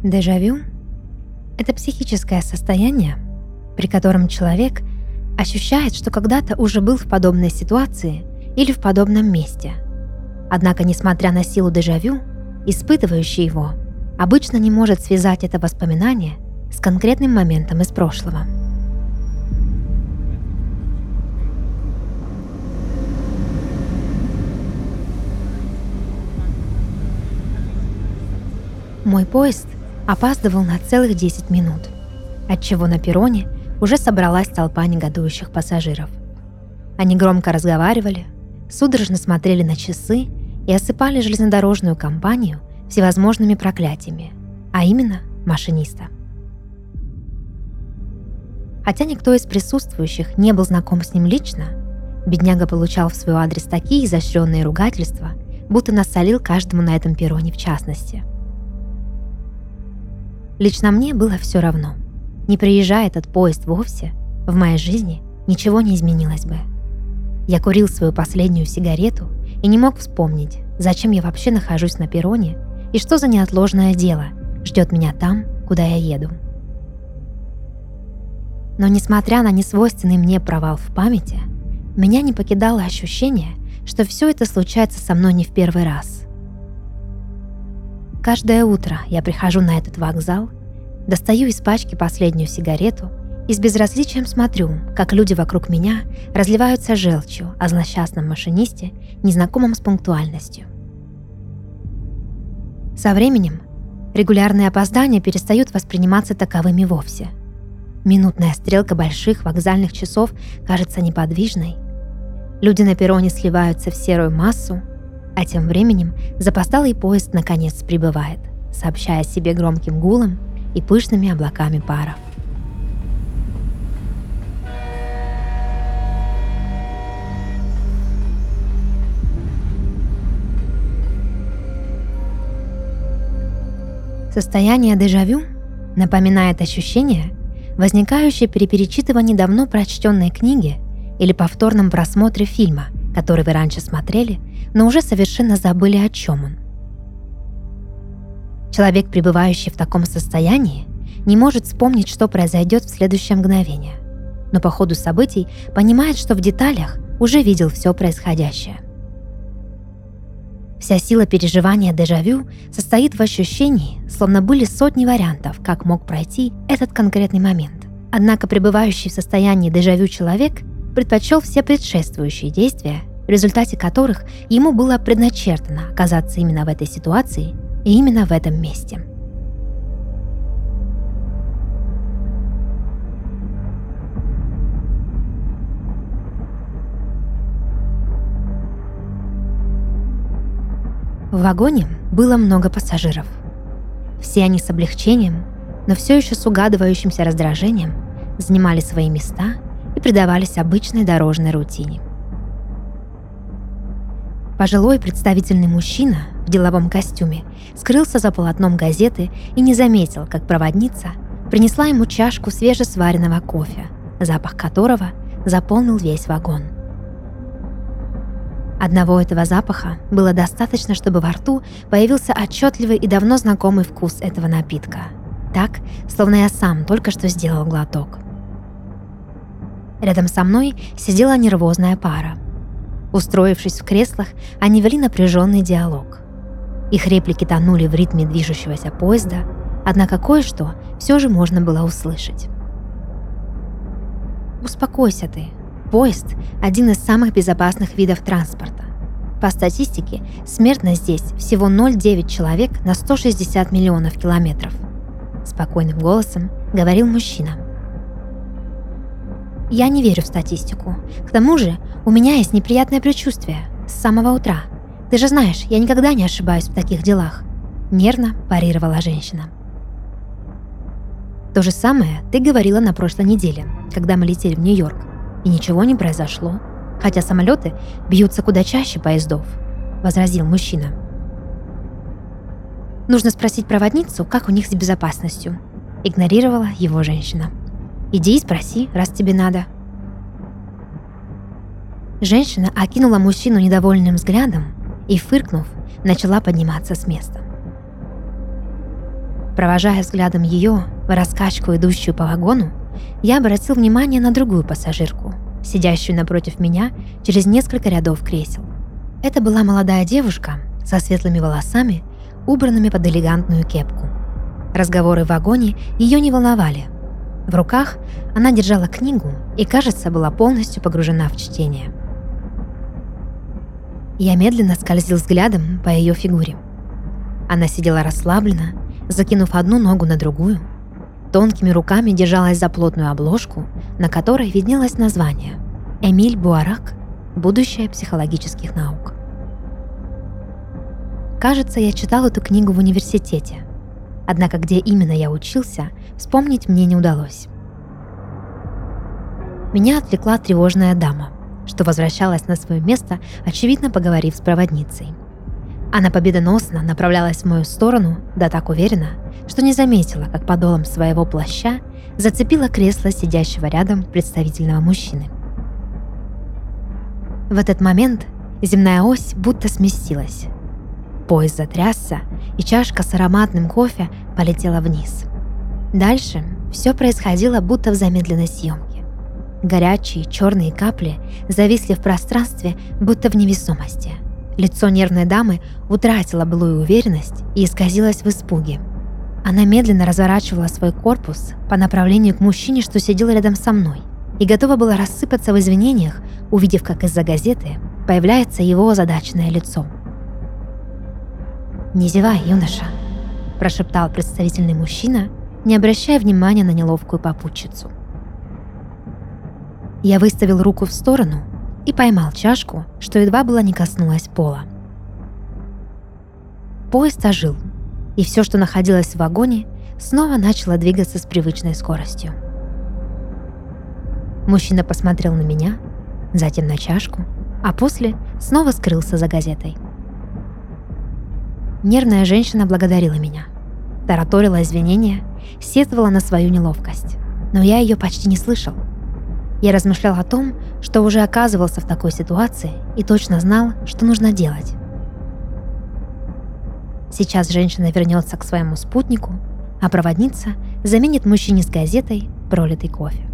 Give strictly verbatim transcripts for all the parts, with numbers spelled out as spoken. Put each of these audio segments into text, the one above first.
Дежавю — это психическое состояние, при котором человек ощущает, что когда-то уже был в подобной ситуации или в подобном месте. Однако, несмотря на силу дежавю, испытывающий его обычно не может связать это воспоминание с конкретным моментом из прошлого. Мой поезд опаздывал на целых десять минут, отчего на перроне уже собралась толпа негодующих пассажиров. Они громко разговаривали, судорожно смотрели на часы и осыпали железнодорожную компанию всевозможными проклятиями, а именно машиниста. Хотя никто из присутствующих не был знаком с ним лично, бедняга получал в свой адрес такие изощренные ругательства, будто насолил каждому на этом перроне в частности. Лично мне было все равно. Не приезжая этот поезд вовсе, в моей жизни ничего не изменилось бы. Я курил свою последнюю сигарету и не мог вспомнить, зачем я вообще нахожусь на перроне и что за неотложное дело ждет меня там, куда я еду. Но несмотря на несвойственный мне провал в памяти, меня не покидало ощущение, что все это случается со мной не в первый раз. Каждое утро я прихожу на этот вокзал, достаю из пачки последнюю сигарету и с безразличием смотрю, как люди вокруг меня разливаются желчью о злосчастном машинисте, незнакомом с пунктуальностью. Со временем регулярные опоздания перестают восприниматься таковыми вовсе. Минутная стрелка больших вокзальных часов кажется неподвижной. Люди на перроне сливаются в серую массу, а тем временем запоздалый поезд наконец прибывает, сообщая о себе громким гулом и пышными облаками пара. Состояние дежавю напоминает ощущение, возникающее при перечитывании давно прочтенной книги или повторном просмотре фильма, который вы раньше смотрели, но уже совершенно забыли, о чем он. Человек, пребывающий в таком состоянии, не может вспомнить, что произойдет в следующее мгновение, но по ходу событий понимает, что в деталях уже видел все происходящее. Вся сила переживания дежавю состоит в ощущении, словно были сотни вариантов, как мог пройти этот конкретный момент. Однако пребывающий в состоянии дежавю человек предпочел все предшествующие действия, в результате которых ему было предначертано оказаться именно в этой ситуации и именно в этом месте. В вагоне было много пассажиров. Все они с облегчением, но все еще с угадывающимся раздражением занимали свои места и предавались обычной дорожной рутине. Пожилой представительный мужчина в деловом костюме скрылся за полотном газеты и не заметил, как проводница принесла ему чашку свежесваренного кофе, запах которого заполнил весь вагон. Одного этого запаха было достаточно, чтобы во рту появился отчетливый и давно знакомый вкус этого напитка. Так, словно я сам только что сделал глоток. Рядом со мной сидела нервозная пара. Устроившись в креслах, они вели напряженный диалог. Их реплики тонули в ритме движущегося поезда, однако кое-что все же можно было услышать. «Успокойся ты. Поезд – один из самых безопасных видов транспорта. По статистике, смертность здесь всего ноль целых девять десятых человек на сто шестьдесят миллионов километров», – спокойным голосом говорил мужчина. «Я не верю в статистику. К тому же у меня есть неприятное предчувствие с самого утра. Ты же знаешь, я никогда не ошибаюсь в таких делах», – нервно парировала женщина. «То же самое ты говорила на прошлой неделе, когда мы летели в Нью-Йорк, и ничего не произошло, хотя самолеты бьются куда чаще поездов», – возразил мужчина. «Нужно спросить проводницу, как у них с безопасностью», – игнорировала его женщина. «Иди и спроси, раз тебе надо». Женщина окинула мужчину недовольным взглядом и, фыркнув, начала подниматься с места. Провожая взглядом ее в раскачку, идущую по вагону, я обратил внимание на другую пассажирку, сидящую напротив меня через несколько рядов кресел. Это была молодая девушка со светлыми волосами, убранными под элегантную кепку. Разговоры в вагоне ее не волновали. В руках она держала книгу и, кажется, была полностью погружена в чтение. Я медленно скользил взглядом по ее фигуре. Она сидела расслабленно, закинув одну ногу на другую, тонкими руками держалась за плотную обложку, на которой виднелось название «Эмиль Буарак. Будущее психологических наук». Кажется, я читал эту книгу в университете, однако где именно я учился, вспомнить мне не удалось. Меня отвлекла тревожная дама, что возвращалась на свое место, очевидно поговорив с проводницей. Она победоносно направлялась в мою сторону, да так уверенно, что не заметила, как подолом своего плаща зацепила кресло сидящего рядом представительного мужчины. В этот момент земная ось будто сместилась. Поезд затрясся, и чашка с ароматным кофе полетела вниз. Дальше все происходило будто в замедленной съемке. Горячие черные капли зависли в пространстве, будто в невесомости. Лицо нервной дамы утратило былую уверенность и исказилось в испуге. Она медленно разворачивала свой корпус по направлению к мужчине, что сидел рядом со мной, и готова была рассыпаться в извинениях, увидев, как из-за газеты появляется его озадаченное лицо. «Не зевай, юноша», – прошептал представительный мужчина, не обращая внимания на неловкую попутчицу. Я выставил руку в сторону и поймал чашку, что едва было не коснулась пола. Поезд ожил, и все, что находилось в вагоне, снова начало двигаться с привычной скоростью. Мужчина посмотрел на меня, затем на чашку, а после снова скрылся за газетой. Нервная женщина благодарила меня, тараторила извинения, сетовала на свою неловкость, но я ее почти не слышал. Я размышлял о том, что уже оказывался в такой ситуации и точно знал, что нужно делать. Сейчас женщина вернется к своему спутнику, а проводница заменит мужчине с газетой пролитый кофе.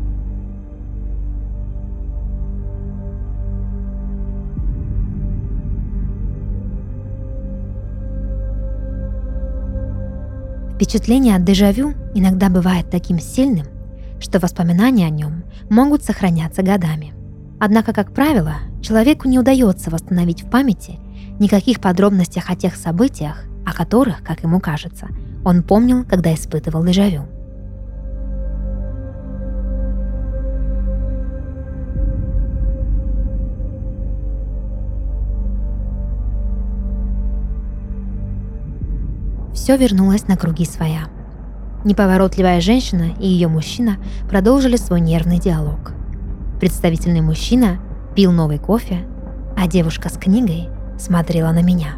Впечатление от дежавю иногда бывает таким сильным, что воспоминания о нем могут сохраняться годами. Однако, как правило, человеку не удается восстановить в памяти никаких подробностях о тех событиях, о которых, как ему кажется, он помнил, когда испытывал дежавю. Все вернулось на круги своя. Неповоротливая женщина и ее мужчина продолжили свой нервный диалог. Представительный мужчина пил новый кофе, а девушка с книгой смотрела на меня.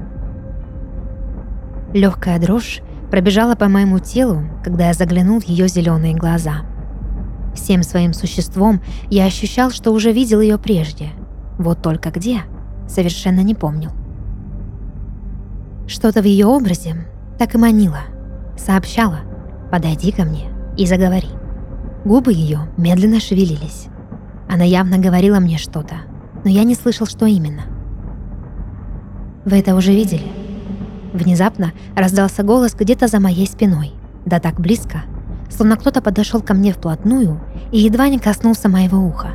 Легкая дрожь пробежала по моему телу, когда я заглянул в ее зеленые глаза. Всем своим существом я ощущал, что уже видел ее прежде. Вот только где, совершенно не помнил. Что-то в ее образе так и манило, сообщало: «Подойди ко мне и заговори». Губы ее медленно шевелились. Она явно говорила мне что-то, но я не слышал, что именно. «Вы это уже видели?» Внезапно раздался голос где-то за моей спиной, да так близко, словно кто-то подошел ко мне вплотную и едва не коснулся моего уха.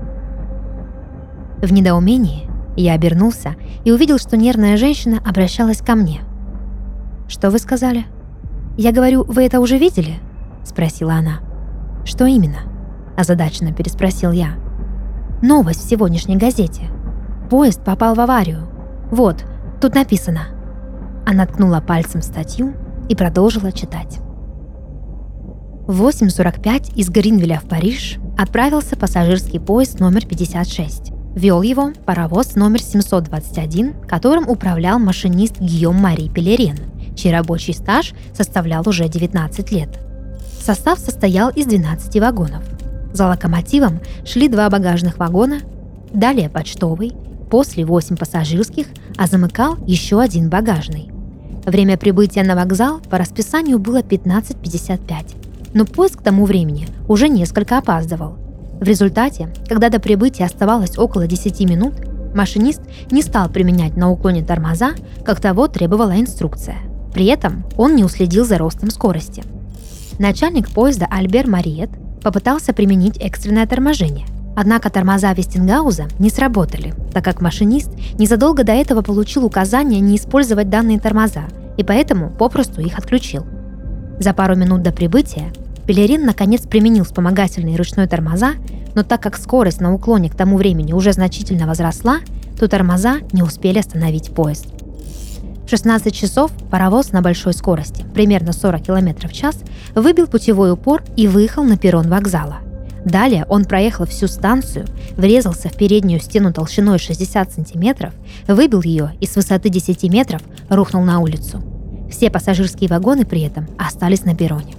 В недоумении я обернулся и увидел, что нервная женщина обращалась ко мне. «Что вы сказали?» «Я говорю, вы это уже видели?» – спросила она. «Что именно?» – озадаченно переспросил я. «Новость в сегодняшней газете. Поезд попал в аварию. Вот, тут написано». Она ткнула пальцем в статью и продолжила читать. В восемь сорок пять из Гринвилля в Париж отправился пассажирский поезд номер пятьдесят шесть. Вел его паровоз номер семьсот двадцать один, которым управлял машинист Гийом Мари Пелерен, чей рабочий стаж составлял уже девятнадцать лет. Состав состоял из двенадцати вагонов. За локомотивом шли два багажных вагона, далее почтовый, после восемь пассажирских, а замыкал еще один багажный. Время прибытия на вокзал по расписанию было пятнадцать пятьдесят пять, но поезд к тому времени уже несколько опаздывал. В результате, когда до прибытия оставалось около десяти минут, машинист не стал применять на уклоне тормоза, как того требовала инструкция. При этом он не уследил за ростом скорости. Начальник поезда Альбер Мариет попытался применить экстренное торможение, однако тормоза Вестингауза не сработали, так как машинист незадолго до этого получил указание не использовать данные тормоза и поэтому попросту их отключил. За пару минут до прибытия Пелерин наконец применил вспомогательные ручной тормоза, но так как скорость на уклоне к тому времени уже значительно возросла, то тормоза не успели остановить поезд. В шестнадцать часов паровоз на большой скорости, примерно сорок километров в час, выбил путевой упор и выехал на перрон вокзала. Далее он проехал всю станцию, врезался в переднюю стену толщиной шестьдесят сантиметров, выбил ее и с высоты десяти метров рухнул на улицу. Все пассажирские вагоны при этом остались на перроне.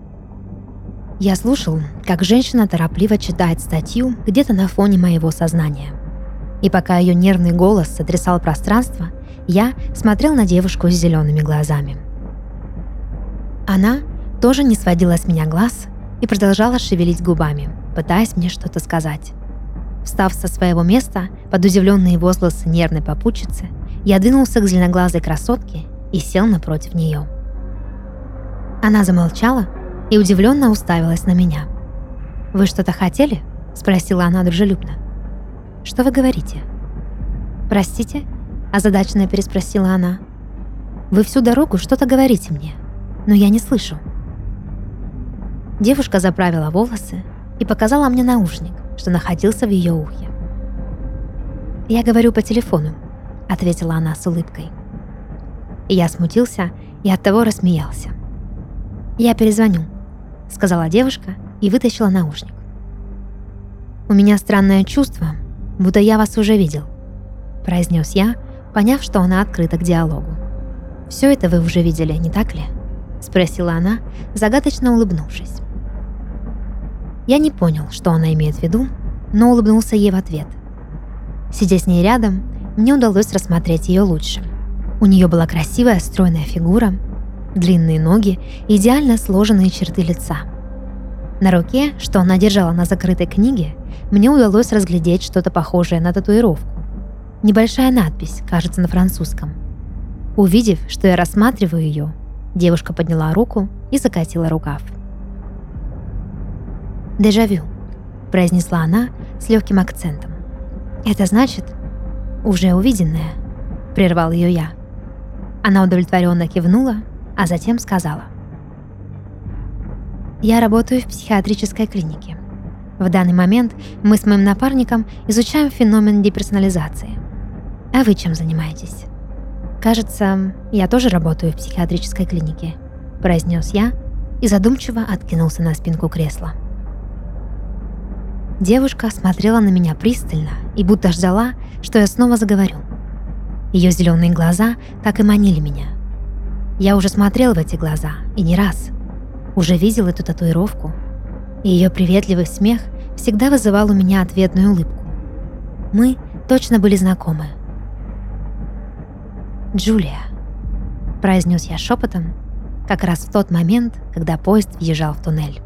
Я слушал, как женщина торопливо читает статью где-то на фоне моего сознания. И пока ее нервный голос сотрясал пространство, я смотрел на девушку с зелеными глазами. Она тоже не сводила с меня глаз и продолжала шевелить губами, пытаясь мне что-то сказать. Встав со своего места под удивленные возгласы нервной попутчицы, я двинулся к зеленоглазой красотке и сел напротив нее. Она замолчала и удивленно уставилась на меня. «Вы что-то хотели?» – спросила она дружелюбно. «Что вы говорите?» «Простите?» – озадаченно переспросила она. «Вы всю дорогу что-то говорите мне, но я не слышу». Девушка заправила волосы и показала мне наушник, что находился в ее ухе. «Я говорю по телефону», — ответила она с улыбкой. Я смутился и оттого рассмеялся. «Я перезвоню», — сказала девушка и вытащила наушник. «У меня странное чувство, будто я вас уже видел», — произнес я, поняв, что она открыта к диалогу. «Все это вы уже видели, не так ли?» — спросила она, загадочно улыбнувшись. Я не понял, что она имеет в виду, но улыбнулся ей в ответ. Сидя с ней рядом, мне удалось рассмотреть ее лучше. У нее была красивая стройная фигура, длинные ноги и идеально сложенные черты лица. На руке, что она держала на закрытой книге, мне удалось разглядеть что-то похожее на татуировку. Небольшая надпись, кажется, на французском. Увидев, что я рассматриваю ее, девушка подняла руку и закатила рукав. «Дежавю», — произнесла она с легким акцентом. «Это значит уже увиденное», — прервал ее я. Она удовлетворенно кивнула, а затем сказала: «Я работаю в психиатрической клинике. В данный момент мы с моим напарником изучаем феномен деперсонализации. А вы чем занимаетесь?» «Кажется, я тоже работаю в психиатрической клинике», — произнес я и задумчиво откинулся на спинку кресла. Девушка смотрела на меня пристально и будто ждала, что я снова заговорю. Ее зеленые глаза так и манили меня. Я уже смотрел в эти глаза, и не раз. Уже видел эту татуировку. И ее приветливый смех всегда вызывал у меня ответную улыбку. Мы точно были знакомы. «Джулия», — произнес я шепотом, как раз в тот момент, когда поезд въезжал в туннель.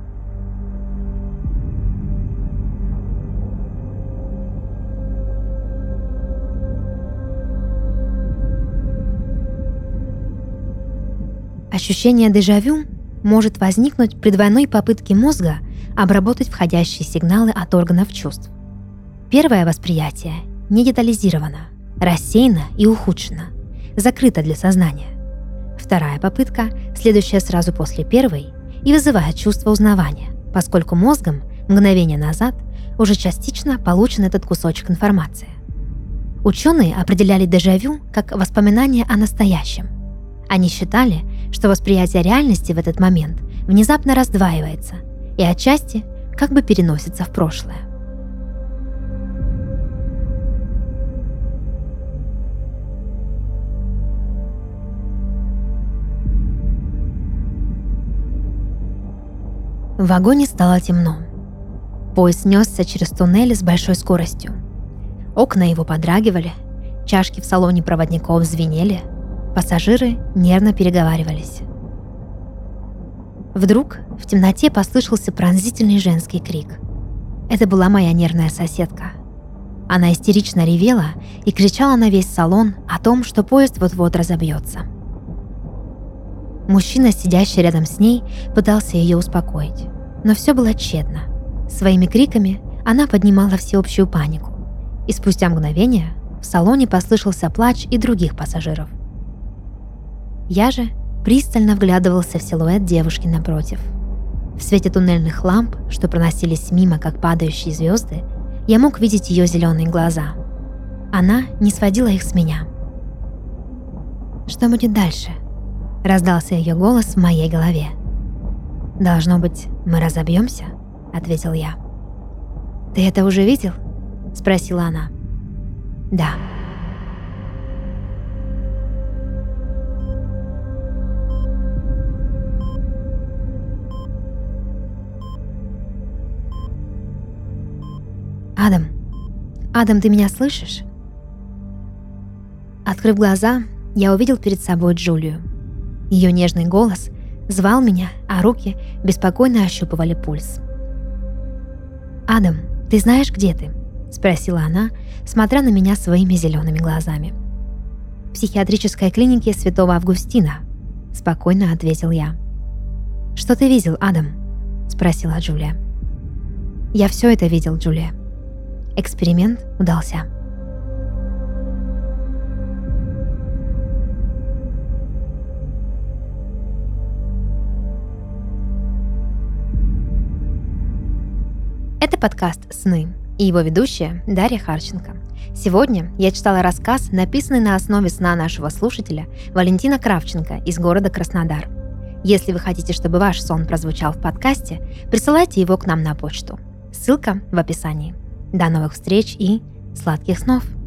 Ощущение дежавю может возникнуть при двойной попытке мозга обработать входящие сигналы от органов чувств. Первое восприятие не детализировано, рассеяно и ухудшено, закрыто для сознания. Вторая попытка, следующая сразу после первой, и вызывает чувство узнавания, поскольку мозгом мгновение назад уже частично получен этот кусочек информации. Ученые определяли дежавю как воспоминание о настоящем. Они считали, что восприятие реальности в этот момент внезапно раздваивается и отчасти как бы переносится в прошлое. В вагоне стало темно. Поезд несся через туннель с большой скоростью. Окна его подрагивали, чашки в салоне проводников звенели. Пассажиры нервно переговаривались. Вдруг в темноте послышался пронзительный женский крик. Это была моя нервная соседка. Она истерично ревела и кричала на весь салон о том, что поезд вот-вот разобьется. Мужчина, сидящий рядом с ней, пытался ее успокоить, но все было тщетно. Своими криками она поднимала всеобщую панику, и спустя мгновение в салоне послышался плач и других пассажиров. Я же пристально вглядывался в силуэт девушки напротив. В свете туннельных ламп, что проносились мимо, как падающие звезды, я мог видеть ее зеленые глаза. Она не сводила их с меня. «Что будет дальше?» — раздался ее голос в моей голове. «Должно быть, мы разобьемся?» — ответил я. «Ты это уже видел?» — спросила она. «Да». «Адам, Адам, ты меня слышишь?» Открыв глаза, я увидел перед собой Джулию. Ее нежный голос звал меня, а руки беспокойно ощупывали пульс. «Адам, ты знаешь, где ты?» — спросила она, смотря на меня своими зелеными глазами. «В психиатрической клинике Святого Августина», — спокойно ответил я. «Что ты видел, Адам?» — спросила Джулия. «Я все это видел, Джулия. Эксперимент удался». Это подкаст «Сны» и его ведущая Дарья Харченко. Сегодня я читала рассказ, написанный на основе сна нашего слушателя Валентина Кравченко из города Краснодар. Если вы хотите, чтобы ваш сон прозвучал в подкасте, присылайте его к нам на почту. Ссылка в описании. До новых встреч и сладких снов!